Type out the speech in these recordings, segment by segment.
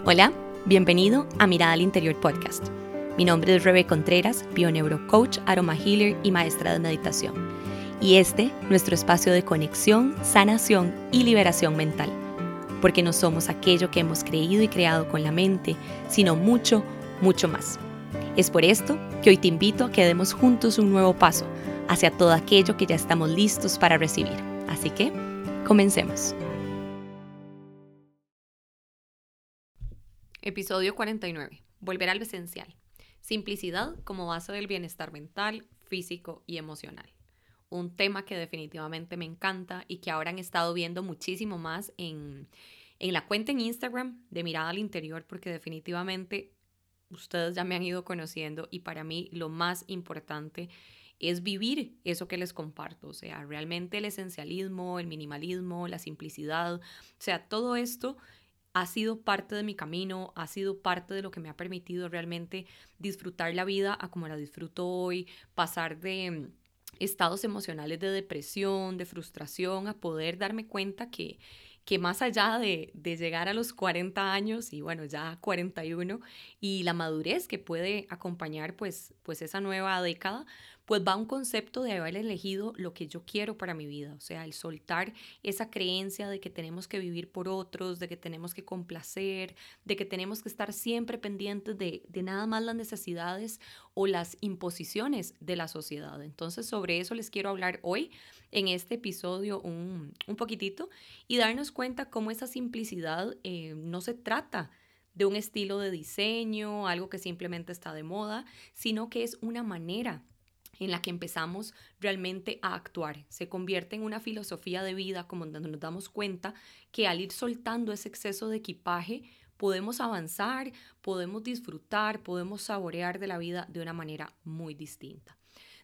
Hola, bienvenido a Mirada al Interior Podcast. Mi nombre es Rebe Contreras, bioneurocoach, aroma healer y maestra de meditación. Y nuestro espacio de conexión, sanación y liberación mental. Porque no somos aquello que hemos creído y creado con la mente, sino mucho, mucho más. Es por esto que hoy te invito a que demos juntos un nuevo paso hacia todo aquello que ya estamos listos para recibir. Así que, comencemos. Episodio 49. Volver al esencial. Simplicidad como base del bienestar mental, físico y emocional. Un tema que definitivamente me encanta y que ahora han estado viendo muchísimo más en la cuenta en Instagram de Mirada al Interior, porque definitivamente ustedes ya me han ido conociendo y para mí lo más importante es vivir eso que les comparto. O sea, realmente el esencialismo, el minimalismo, la simplicidad, o sea, todo esto ha sido parte de mi camino, ha sido parte de lo que me ha permitido realmente disfrutar la vida a como la disfruto hoy, pasar de estados emocionales de depresión, de frustración, a poder darme cuenta que más allá de llegar a los 40 años y bueno, ya 41 y la madurez que puede acompañar pues esa nueva década, pues va un concepto de haber elegido lo que yo quiero para mi vida, o sea, el soltar esa creencia de que tenemos que vivir por otros, de que tenemos que complacer, de que tenemos que estar siempre pendientes de nada más las necesidades o las imposiciones de la sociedad. Entonces, sobre eso les quiero hablar hoy en este episodio un poquitito y darnos cuenta cómo esa simplicidad no se trata de un estilo de diseño, algo que simplemente está de moda, sino que es una manera en la que empezamos realmente a actuar. Se convierte en una filosofía de vida como donde nos damos cuenta que al ir soltando ese exceso de equipaje podemos avanzar, podemos disfrutar, podemos saborear de la vida de una manera muy distinta.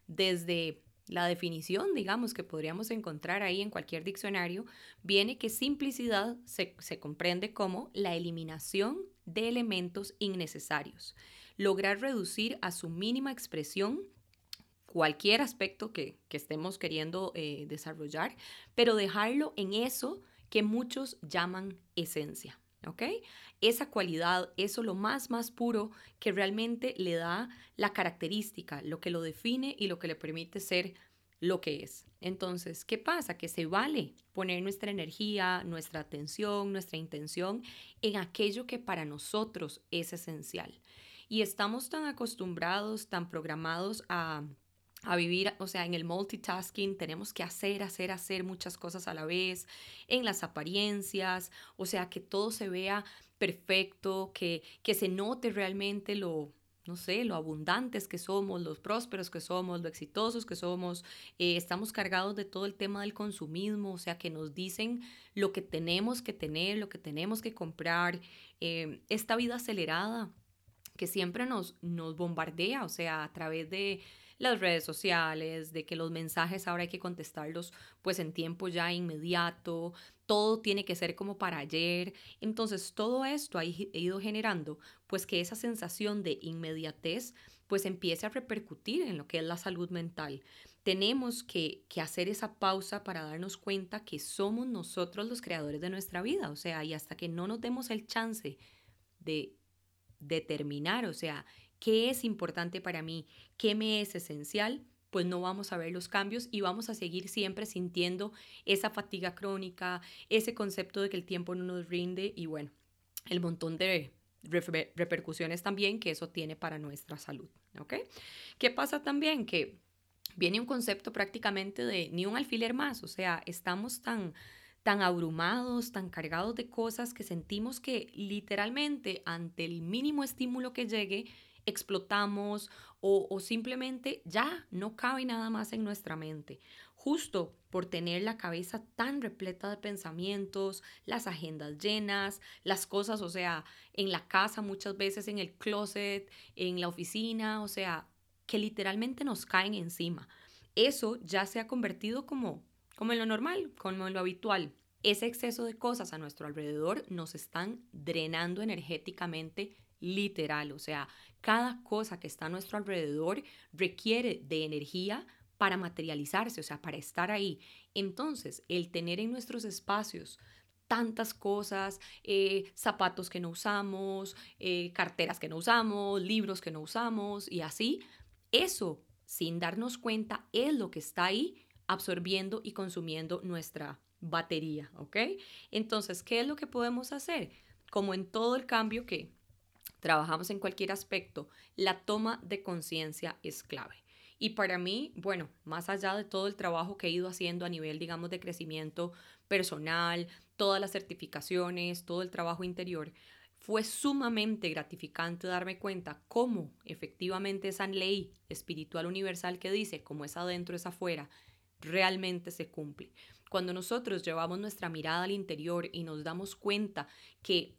Desde la definición, digamos, que podríamos encontrar ahí en cualquier diccionario, viene que simplicidad se comprende como la eliminación de elementos innecesarios, lograr reducir a su mínima expresión cualquier aspecto que estemos queriendo desarrollar, pero dejarlo en eso que muchos llaman esencia, ¿ok? Esa cualidad, eso lo más puro que realmente le da la característica, lo que lo define y lo que le permite ser lo que es. Entonces, ¿qué pasa? Que se vale poner nuestra energía, nuestra atención, nuestra intención en aquello que para nosotros es esencial. Y estamos tan acostumbrados, tan programados a vivir, o sea, en el multitasking, tenemos que hacer muchas cosas a la vez, en las apariencias, o sea, que todo se vea perfecto, que se note realmente no sé, lo abundantes que somos, los prósperos que somos, lo exitosos que somos. Estamos cargados de todo el tema del consumismo, o sea, que nos dicen lo que tenemos que tener, lo que tenemos que comprar, esta vida acelerada que siempre nos bombardea, o sea, a través de las redes sociales, de que los mensajes ahora hay que contestarlos pues en tiempo ya inmediato, todo tiene que ser como para ayer. Entonces todo esto ha ido generando pues que esa sensación de inmediatez pues empiece a repercutir en lo que es la salud mental. Tenemos que hacer esa pausa para darnos cuenta que somos nosotros los creadores de nuestra vida, o sea, y hasta que no nos demos el chance de determinar, o sea, qué es importante para mí, qué me es esencial, pues no vamos a ver los cambios y vamos a seguir siempre sintiendo esa fatiga crónica, ese concepto de que el tiempo no nos rinde y bueno, el montón de repercusiones también que eso tiene para nuestra salud, ¿ok? ¿Qué pasa también? Que viene un concepto prácticamente de ni un alfiler más, o sea, estamos tan abrumados, tan cargados de cosas que sentimos que literalmente ante el mínimo estímulo que llegue, explotamos o simplemente ya no cabe nada más en nuestra mente. Justo por tener la cabeza tan repleta de pensamientos, las agendas llenas, las cosas, o sea, en la casa muchas veces, en el closet, en la oficina, o sea, que literalmente nos caen encima. Eso ya se ha convertido como en lo normal, como en lo habitual. Ese exceso de cosas a nuestro alrededor nos están drenando energéticamente literal, o sea, cada cosa que está a nuestro alrededor requiere de energía para materializarse, o sea, para estar ahí. Entonces, el tener en nuestros espacios tantas cosas, zapatos que no usamos, carteras que no usamos, libros que no usamos y así. Eso, sin darnos cuenta, es lo que está ahí absorbiendo y consumiendo nuestra batería, ¿ok? Entonces, ¿qué es lo que podemos hacer? Como en todo el cambio que trabajamos en cualquier aspecto, la toma de conciencia es clave. Y para mí, bueno, más allá de todo el trabajo que he ido haciendo a nivel, digamos, de crecimiento personal, todas las certificaciones, todo el trabajo interior, fue sumamente gratificante darme cuenta cómo efectivamente esa ley espiritual universal que dice, como es adentro, es afuera, realmente se cumple. Cuando nosotros llevamos nuestra mirada al interior y nos damos cuenta que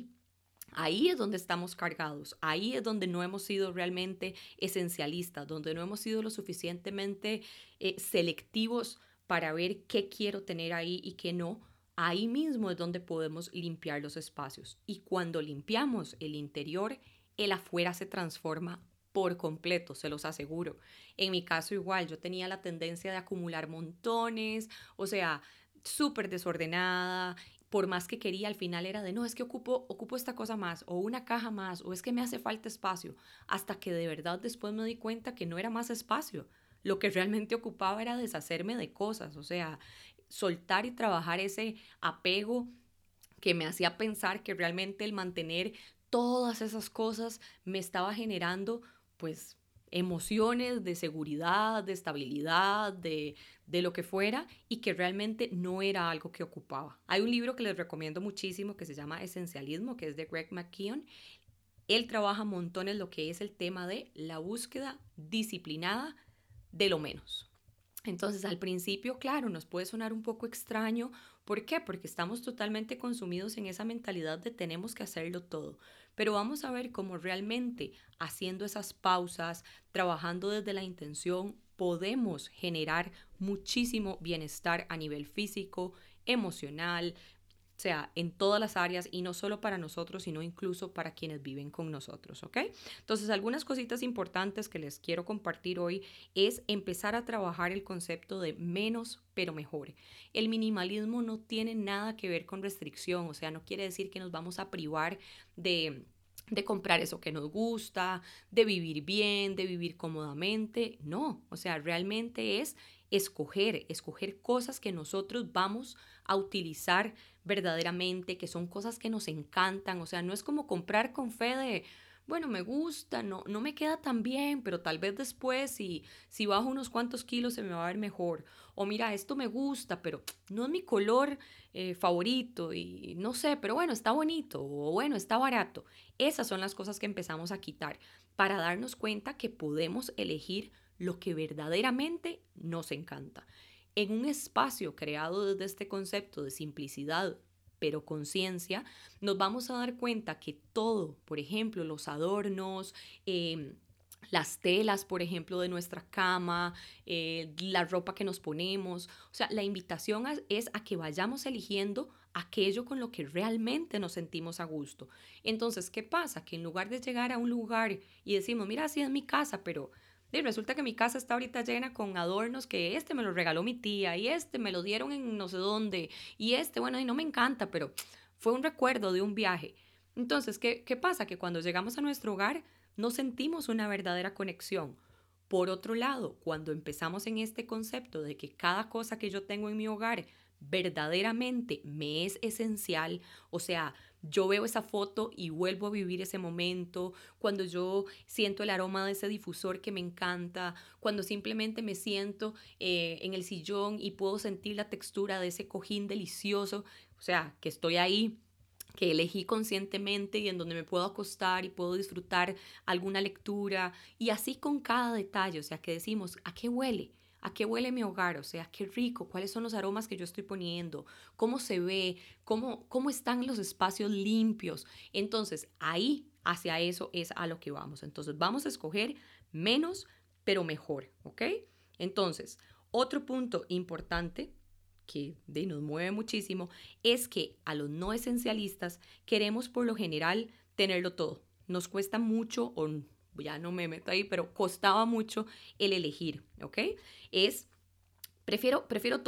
ahí es donde estamos cargados, ahí es donde no hemos sido realmente esencialistas, donde no hemos sido lo suficientemente selectivos para ver qué quiero tener ahí y qué no. Ahí mismo es donde podemos limpiar los espacios. Y cuando limpiamos el interior, el afuera se transforma por completo, se los aseguro. En mi caso igual, yo tenía la tendencia de acumular montones, o sea, súper desordenada, por más que quería, al final era de, no, es que ocupo esta cosa más, o una caja más, o es que me hace falta espacio, hasta que de verdad después me di cuenta que no era más espacio. Lo que realmente ocupaba era deshacerme de cosas, o sea, soltar y trabajar ese apego que me hacía pensar que realmente el mantener todas esas cosas me estaba generando, pues, emociones de seguridad, de estabilidad, de lo que fuera, y que realmente no era algo que ocupaba. Hay un libro que les recomiendo muchísimo que se llama Esencialismo, que es de Greg McKeown. Él trabaja montones lo que es el tema de la búsqueda disciplinada de lo menos. Entonces, al principio, claro, nos puede sonar un poco extraño. ¿Por qué? Porque estamos totalmente consumidos en esa mentalidad de tenemos que hacerlo todo. Pero vamos a ver cómo realmente haciendo esas pausas, trabajando desde la intención, podemos generar muchísimo bienestar a nivel físico, emocional, o sea, en todas las áreas y no solo para nosotros, sino incluso para quienes viven con nosotros, ¿ok? Entonces, algunas cositas importantes que les quiero compartir hoy es empezar a trabajar el concepto de menos pero mejor. El minimalismo no tiene nada que ver con restricción, o sea, no quiere decir que nos vamos a privar de comprar eso que nos gusta, de vivir bien, de vivir cómodamente. No, o sea, realmente es escoger cosas que nosotros vamos a utilizar verdaderamente, que son cosas que nos encantan. O sea, no es como comprar con fe de, bueno, me gusta, no me queda tan bien, pero tal vez después si bajo unos cuantos kilos se me va a ver mejor. O mira, esto me gusta, pero no es mi color favorito y no sé, pero bueno, está bonito o bueno, está barato. Esas son las cosas que empezamos a quitar para darnos cuenta que podemos elegir lo que verdaderamente nos encanta. En un espacio creado desde este concepto de simplicidad, pero conciencia, nos vamos a dar cuenta que todo, por ejemplo, los adornos, las telas, por ejemplo, de nuestra cama, la ropa que nos ponemos, o sea, la invitación es a que vayamos eligiendo aquello con lo que realmente nos sentimos a gusto. Entonces, ¿qué pasa? Que en lugar de llegar a un lugar y decimos, mira, así es mi casa, pero y resulta que mi casa está ahorita llena con adornos que este me lo regaló mi tía y este me lo dieron en no sé dónde y este, bueno, y no me encanta, pero fue un recuerdo de un viaje. Entonces, ¿qué pasa? Que cuando llegamos a nuestro hogar no sentimos una verdadera conexión. Por otro lado, cuando empezamos en este concepto de que cada cosa que yo tengo en mi hogar verdaderamente me es esencial, o sea, yo veo esa foto y vuelvo a vivir ese momento, cuando yo siento el aroma de ese difusor que me encanta, cuando simplemente me siento en el sillón y puedo sentir la textura de ese cojín delicioso, o sea, que estoy ahí, que elegí conscientemente y en donde me puedo acostar y puedo disfrutar alguna lectura y así con cada detalle, o sea, que decimos, ¿a qué huele? ¿A qué huele mi hogar? O sea, qué rico, cuáles son los aromas que yo estoy poniendo, cómo se ve, cómo están los espacios limpios. Entonces, ahí, hacia eso es a lo que vamos. Entonces, vamos a escoger menos, pero mejor, ¿ok? Entonces, otro punto importante que nos mueve muchísimo es que a los no esencialistas queremos por lo general tenerlo todo. Nos cuesta mucho, o ya no me meto ahí, pero costaba mucho el elegir, ¿ok? Es, prefiero todo.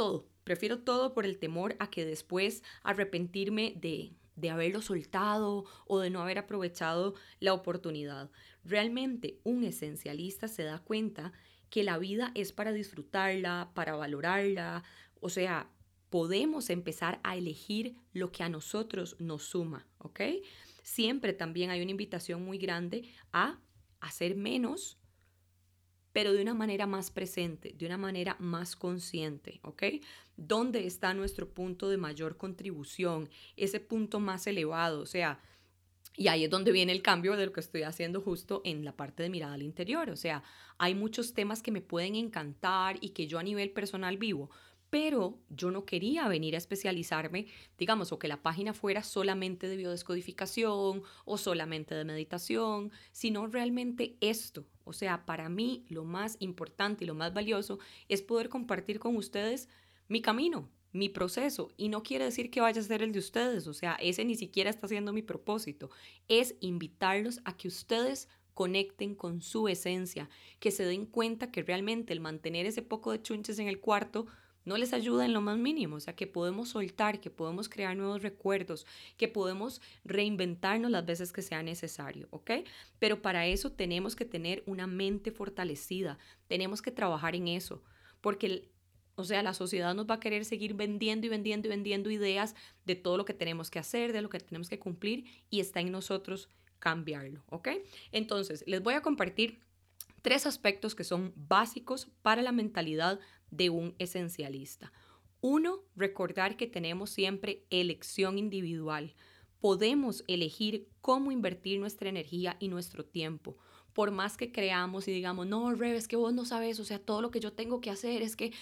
Prefiero todo por el temor a que después arrepentirme de haberlo soltado o de no haber aprovechado la oportunidad. Realmente un esencialista se da cuenta que la vida es para disfrutarla, para valorarla, o sea, podemos empezar a elegir lo que a nosotros nos suma, ¿ok? Siempre también hay una invitación muy grande a hacer menos, pero de una manera más presente, de una manera más consciente, ¿ok? ¿Dónde está nuestro punto de mayor contribución? Ese punto más elevado, o sea, y ahí es donde viene el cambio de lo que estoy haciendo justo en la parte de mirada al interior. O sea, hay muchos temas que me pueden encantar y que yo a nivel personal vivo, pero yo no quería venir a especializarme, digamos, o que la página fuera solamente de biodescodificación o solamente de meditación, sino realmente esto. O sea, para mí lo más importante y lo más valioso es poder compartir con ustedes mi camino, mi proceso, y no quiere decir que vaya a ser el de ustedes, o sea, ese ni siquiera está siendo mi propósito, es invitarlos a que ustedes conecten con su esencia, que se den cuenta que realmente el mantener ese poco de chunches en el cuarto no les ayuda en lo más mínimo, o sea, que podemos soltar, que podemos crear nuevos recuerdos, que podemos reinventarnos las veces que sea necesario, ¿ok? Pero para eso tenemos que tener una mente fortalecida, tenemos que trabajar en eso, porque o sea, la sociedad nos va a querer seguir vendiendo y vendiendo y vendiendo ideas de todo lo que tenemos que hacer, de lo que tenemos que cumplir, y está en nosotros cambiarlo, ¿ok? Entonces, les voy a compartir 3 aspectos que son básicos para la mentalidad de un esencialista. Uno, recordar que tenemos siempre elección individual. Podemos elegir cómo invertir nuestra energía y nuestro tiempo. Por más que creamos y digamos, no, Rebe, es que vos no sabes, o sea, todo lo que yo tengo que hacer es que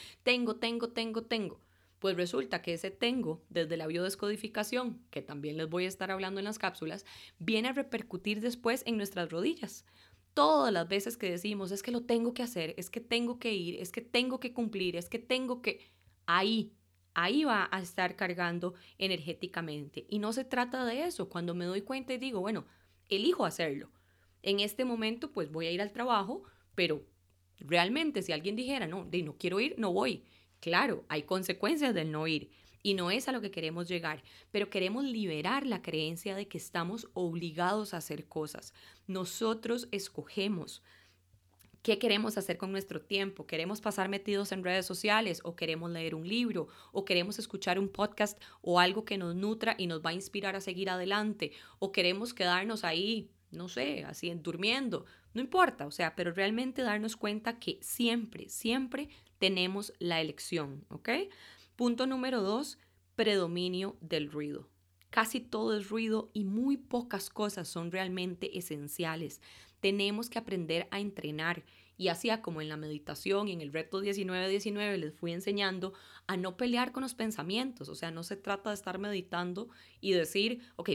tengo. Pues resulta que ese tengo, desde la biodescodificación, que también les voy a estar hablando en las cápsulas, viene a repercutir después en nuestras rodillas. Todas las veces que decimos, es que lo tengo que hacer, es que tengo que ir, es que tengo que cumplir, es que tengo que... Ahí, ahí va a estar cargando energéticamente. Y no se trata de eso. Cuando me doy cuenta y digo, bueno, elijo hacerlo. En este momento, pues voy a ir al trabajo, pero realmente si alguien dijera, no, de no quiero ir, no voy. Claro, hay consecuencias del no ir y no es a lo que queremos llegar, pero queremos liberar la creencia de que estamos obligados a hacer cosas. Nosotros escogemos qué queremos hacer con nuestro tiempo. ¿Queremos pasar metidos en redes sociales o queremos leer un libro o queremos escuchar un podcast o algo que nos nutra y nos va a inspirar a seguir adelante o queremos quedarnos ahí, no sé, así durmiendo? No importa, o sea, pero realmente darnos cuenta que siempre tenemos la elección, ¿ok? Punto número 2, predominio del ruido. Casi todo es ruido y muy pocas cosas son realmente esenciales. Tenemos que aprender a entrenar y así como en la meditación y en el reto 19-19 les fui enseñando a no pelear con los pensamientos. O sea, no se trata de estar meditando y decir, ok,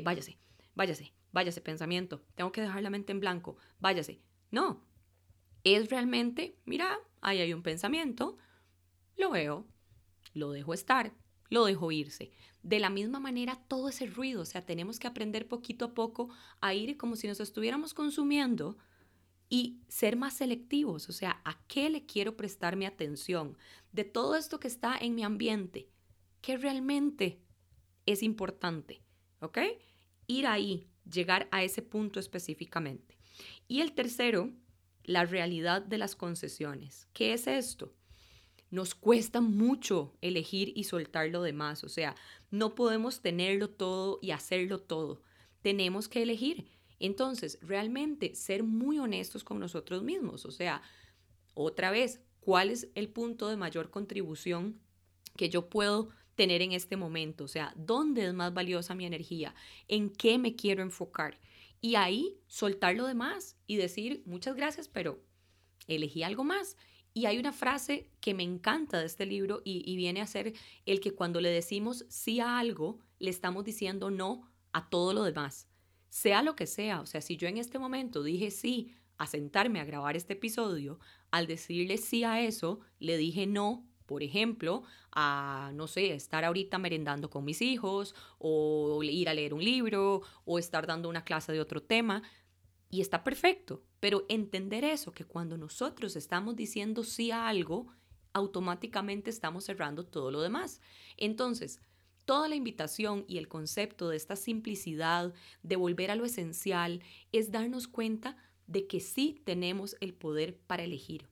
váyase pensamiento, tengo que dejar la mente en blanco, váyase. No, es realmente, mira, ahí hay un pensamiento, lo veo, lo dejo estar, lo dejo irse. De la misma manera, todo ese ruido, o sea, tenemos que aprender poquito a poco a ir como si nos estuviéramos consumiendo y ser más selectivos, o sea, ¿a qué le quiero prestar mi atención? De todo esto que está en mi ambiente, ¿qué realmente es importante? ¿Ok? Ir ahí, llegar a ese punto específicamente. Y el tercero, la realidad de las concesiones. ¿Qué es esto? Nos cuesta mucho elegir y soltar lo demás, o sea, no podemos tenerlo todo y hacerlo todo. Tenemos que elegir. Entonces, realmente ser muy honestos con nosotros mismos, o sea, otra vez, ¿cuál es el punto de mayor contribución que yo puedo tener en este momento? O sea, ¿dónde es más valiosa mi energía? ¿En qué me quiero enfocar? Y ahí soltar lo demás y decir, muchas gracias, pero elegí algo más. Y hay una frase que me encanta de este libro y viene a ser el que cuando le decimos sí a algo, le estamos diciendo no a todo lo demás, sea lo que sea. O sea, si yo en este momento dije sí a sentarme a grabar este episodio, al decirle sí a eso, le dije no, por ejemplo, a, no sé, estar ahorita merendando con mis hijos o ir a leer un libro o estar dando una clase de otro tema. Y está perfecto, pero entender eso, que cuando nosotros estamos diciendo sí a algo, automáticamente estamos cerrando todo lo demás. Entonces, toda la invitación y el concepto de esta simplicidad, de volver a lo esencial, es darnos cuenta de que sí tenemos el poder para elegir.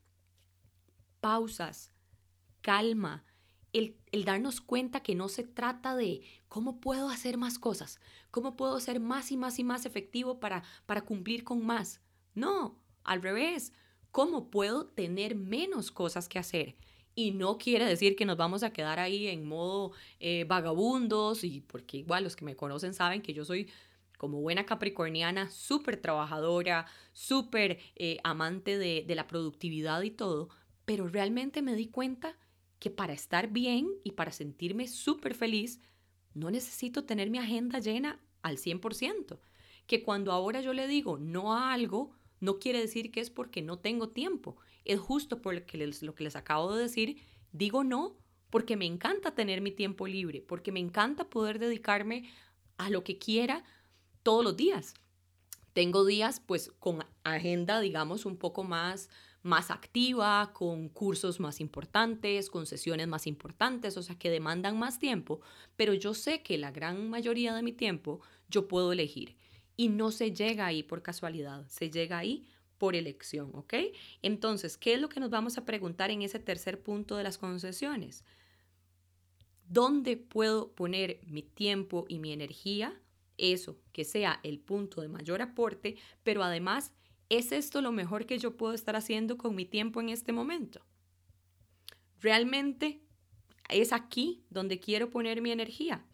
Pausas, calma, el darnos cuenta que no se trata de cómo puedo hacer más cosas, cómo puedo ser más y más y más efectivo para cumplir con más. No, al revés, cómo puedo tener menos cosas que hacer. Y no quiere decir que nos vamos a quedar ahí en modo vagabundos, y porque igual los que me conocen saben que yo soy como buena capricorniana, súper trabajadora, súper amante de la productividad y todo, pero realmente me di cuenta que para estar bien y para sentirme súper feliz, no necesito tener mi agenda llena al 100%. Que cuando ahora yo le digo no a algo, no quiere decir que es porque no tengo tiempo. Es justo por lo que les acabo de decir, digo no porque me encanta tener mi tiempo libre, porque me encanta poder dedicarme a lo que quiera todos los días. Tengo días pues con agenda, digamos, un poco más activa, con cursos más importantes, con sesiones más importantes, o sea, que demandan más tiempo, pero yo sé que la gran mayoría de mi tiempo yo puedo elegir y no se llega ahí por casualidad, se llega ahí por elección, ¿ok? Entonces, ¿qué es lo que nos vamos a preguntar en ese tercer punto de las concesiones? ¿Dónde puedo poner mi tiempo y mi energía? Eso, que sea el punto de mayor aporte, pero además, ¿es esto lo mejor que yo puedo estar haciendo con mi tiempo en este momento? ¿Realmente es aquí donde quiero poner mi energía?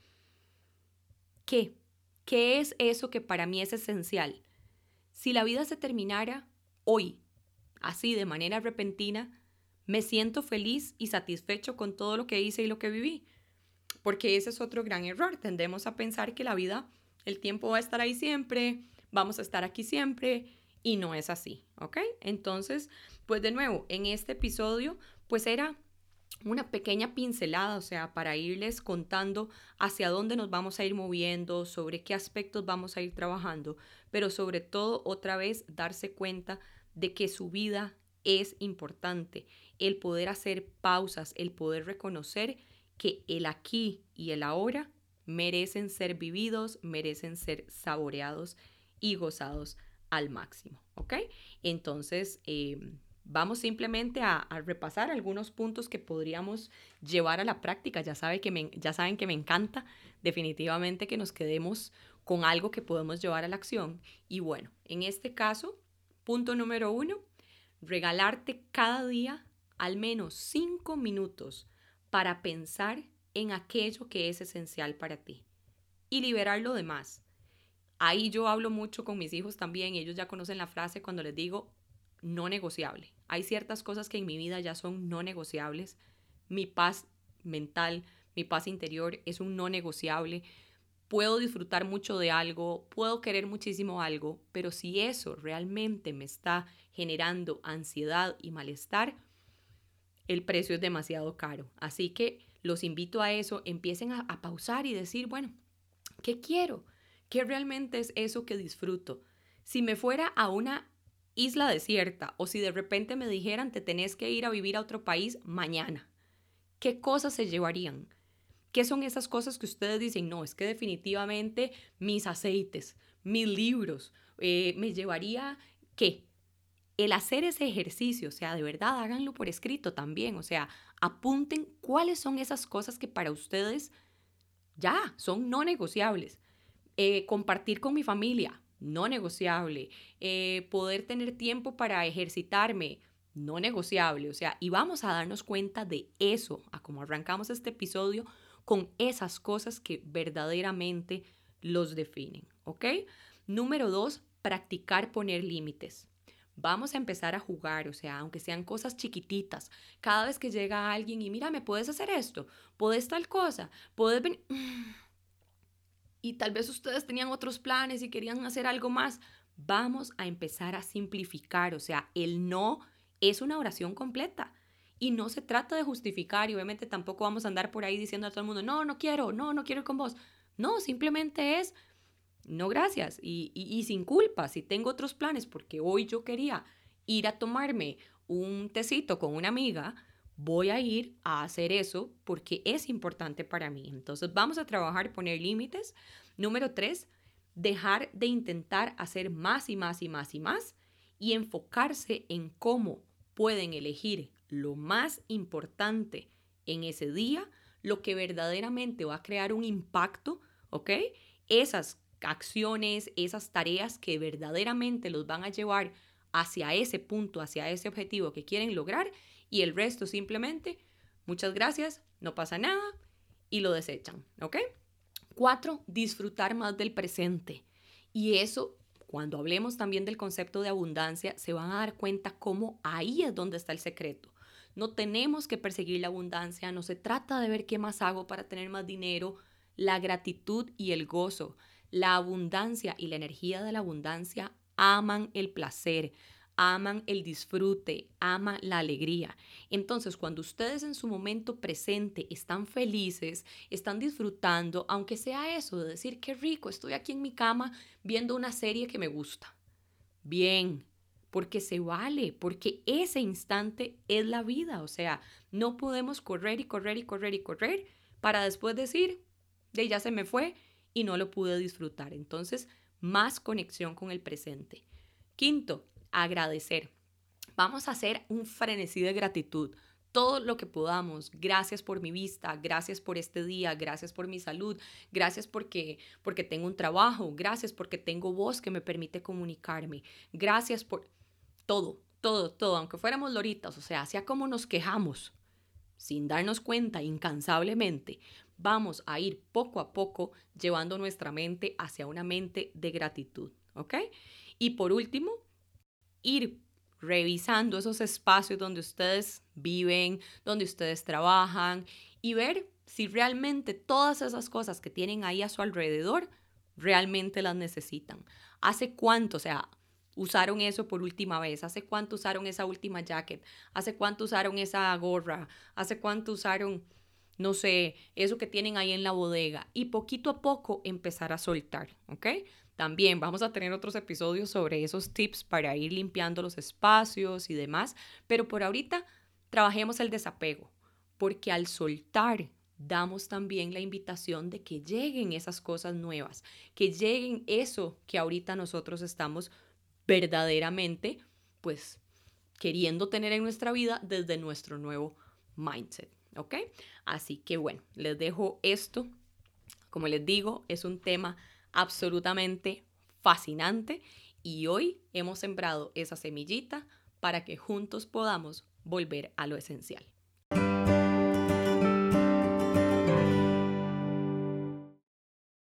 ¿Qué? ¿Qué es eso que para mí es esencial? Si la vida se terminara hoy, así de manera repentina, me siento feliz y satisfecho con todo lo que hice y lo que viví. Porque ese es otro gran error. Tendemos a pensar que la vida, el tiempo va a estar ahí siempre, vamos a estar aquí siempre, y no es así, ¿ok? Entonces, pues de nuevo, en este episodio, pues era una pequeña pincelada, o sea, para irles contando hacia dónde nos vamos a ir moviendo, sobre qué aspectos vamos a ir trabajando, pero sobre todo, otra vez, darse cuenta de que su vida es importante, el poder hacer pausas, el poder reconocer que el aquí y el ahora merecen ser vividos, merecen ser saboreados y gozados al máximo, ¿ok? Entonces, vamos simplemente a repasar algunos puntos que podríamos llevar a la práctica. Ya saben que me encanta definitivamente que nos quedemos con algo que podemos llevar a la acción. Y bueno, en este caso, punto número 1, regalarte cada día al menos 5 minutos para pensar en aquello que es esencial para ti y liberar lo demás. Ahí yo hablo mucho con mis hijos también, ellos ya conocen la frase cuando les digo no negociable. Hay ciertas cosas que en mi vida ya son no negociables. Mi paz mental, mi paz interior es un no negociable. Puedo disfrutar mucho de algo, puedo querer muchísimo algo, pero si eso realmente me está generando ansiedad y malestar, el precio es demasiado caro. Así que los invito a eso, empiecen a pausar y decir, bueno, ¿qué quiero? ¿Qué realmente es eso que disfruto? Si me fuera a una isla desierta o si de repente me dijeran te tenés que ir a vivir a otro país mañana, ¿qué cosas se llevarían? ¿Qué son esas cosas que ustedes dicen? No, es que definitivamente mis aceites, mis libros, me llevaría, ¿qué? El hacer ese ejercicio, o sea, de verdad háganlo por escrito también, o sea, apunten cuáles son esas cosas que para ustedes ya son no negociables. Compartir con mi familia, no negociable. Poder tener tiempo para ejercitarme, no negociable. O sea, y vamos a darnos cuenta de eso, a como arrancamos este episodio, con esas cosas que verdaderamente los definen, ¿ok? Número 2, practicar poner límites. Vamos a empezar a jugar, o sea, aunque sean cosas chiquititas. Cada vez que llega alguien y mira, ¿me puedes hacer esto? ¿Puedes tal cosa? ¿Puedes venir? Y tal vez ustedes tenían otros planes y querían hacer algo más. Vamos a empezar a simplificar, o sea, el no es una oración completa. Y no se trata de justificar y obviamente tampoco vamos a andar por ahí diciendo a todo el mundo, no, no quiero, no, no quiero ir con vos. No, simplemente es, no, gracias. Y sin culpa, si tengo otros planes, porque hoy yo quería ir a tomarme un tecito con una amiga, voy a ir a hacer eso porque es importante para mí. Entonces vamos a trabajar, poner límites. Número 3, dejar de intentar hacer más y más y más y más y enfocarse en cómo pueden elegir lo más importante en ese día, lo que verdaderamente va a crear un impacto, ¿ok? Esas acciones, esas tareas que verdaderamente los van a llevar hacia ese punto, hacia ese objetivo que quieren lograr, y el resto simplemente, muchas gracias, no pasa nada, y lo desechan, ¿ok? 4, disfrutar más del presente. Y eso, cuando hablemos también del concepto de abundancia, se van a dar cuenta cómo ahí es donde está el secreto. No tenemos que perseguir la abundancia, no se trata de ver qué más hago para tener más dinero. La gratitud y el gozo, la abundancia y la energía de la abundancia aman el placer, aman el disfrute, aman la alegría. Entonces, cuando ustedes en su momento presente están felices, están disfrutando, aunque sea eso de decir, qué rico, estoy aquí en mi cama viendo una serie que me gusta. Bien, porque se vale, porque ese instante es la vida. O sea, no podemos correr y correr y correr y correr para después decir, de ya se me fue y no lo pude disfrutar. Entonces, más conexión con el presente. Quinto, agradecer. Vamos a hacer un frenesí de gratitud. Todo lo que podamos. Gracias por mi vista, gracias por este día, gracias por mi salud, gracias porque tengo un trabajo, gracias porque tengo voz que me permite comunicarme, gracias por todo, todo, todo, aunque fuéramos loritas, o sea, sea como nos quejamos, sin darnos cuenta, incansablemente, vamos a ir poco a poco llevando nuestra mente hacia una mente de gratitud, ¿ok? Y por último, ir revisando esos espacios donde ustedes viven, donde ustedes trabajan y ver si realmente todas esas cosas que tienen ahí a su alrededor realmente las necesitan. ¿Hace cuánto, o sea, usaron eso por última vez? ¿Hace cuánto usaron esa última jacket? ¿Hace cuánto usaron esa gorra? ¿Hace cuánto usaron, no sé, eso que tienen ahí en la bodega? Y poquito a poco empezar a soltar, ¿ok? También vamos a tener otros episodios sobre esos tips para ir limpiando los espacios y demás, pero por ahorita trabajemos el desapego, porque al soltar damos también la invitación de que lleguen esas cosas nuevas, que lleguen eso que ahorita nosotros estamos verdaderamente, pues, queriendo tener en nuestra vida desde nuestro nuevo mindset, ¿ok? Así que bueno, les dejo esto. Como les digo, es un tema absolutamente fascinante y hoy hemos sembrado esa semillita para que juntos podamos volver a lo esencial.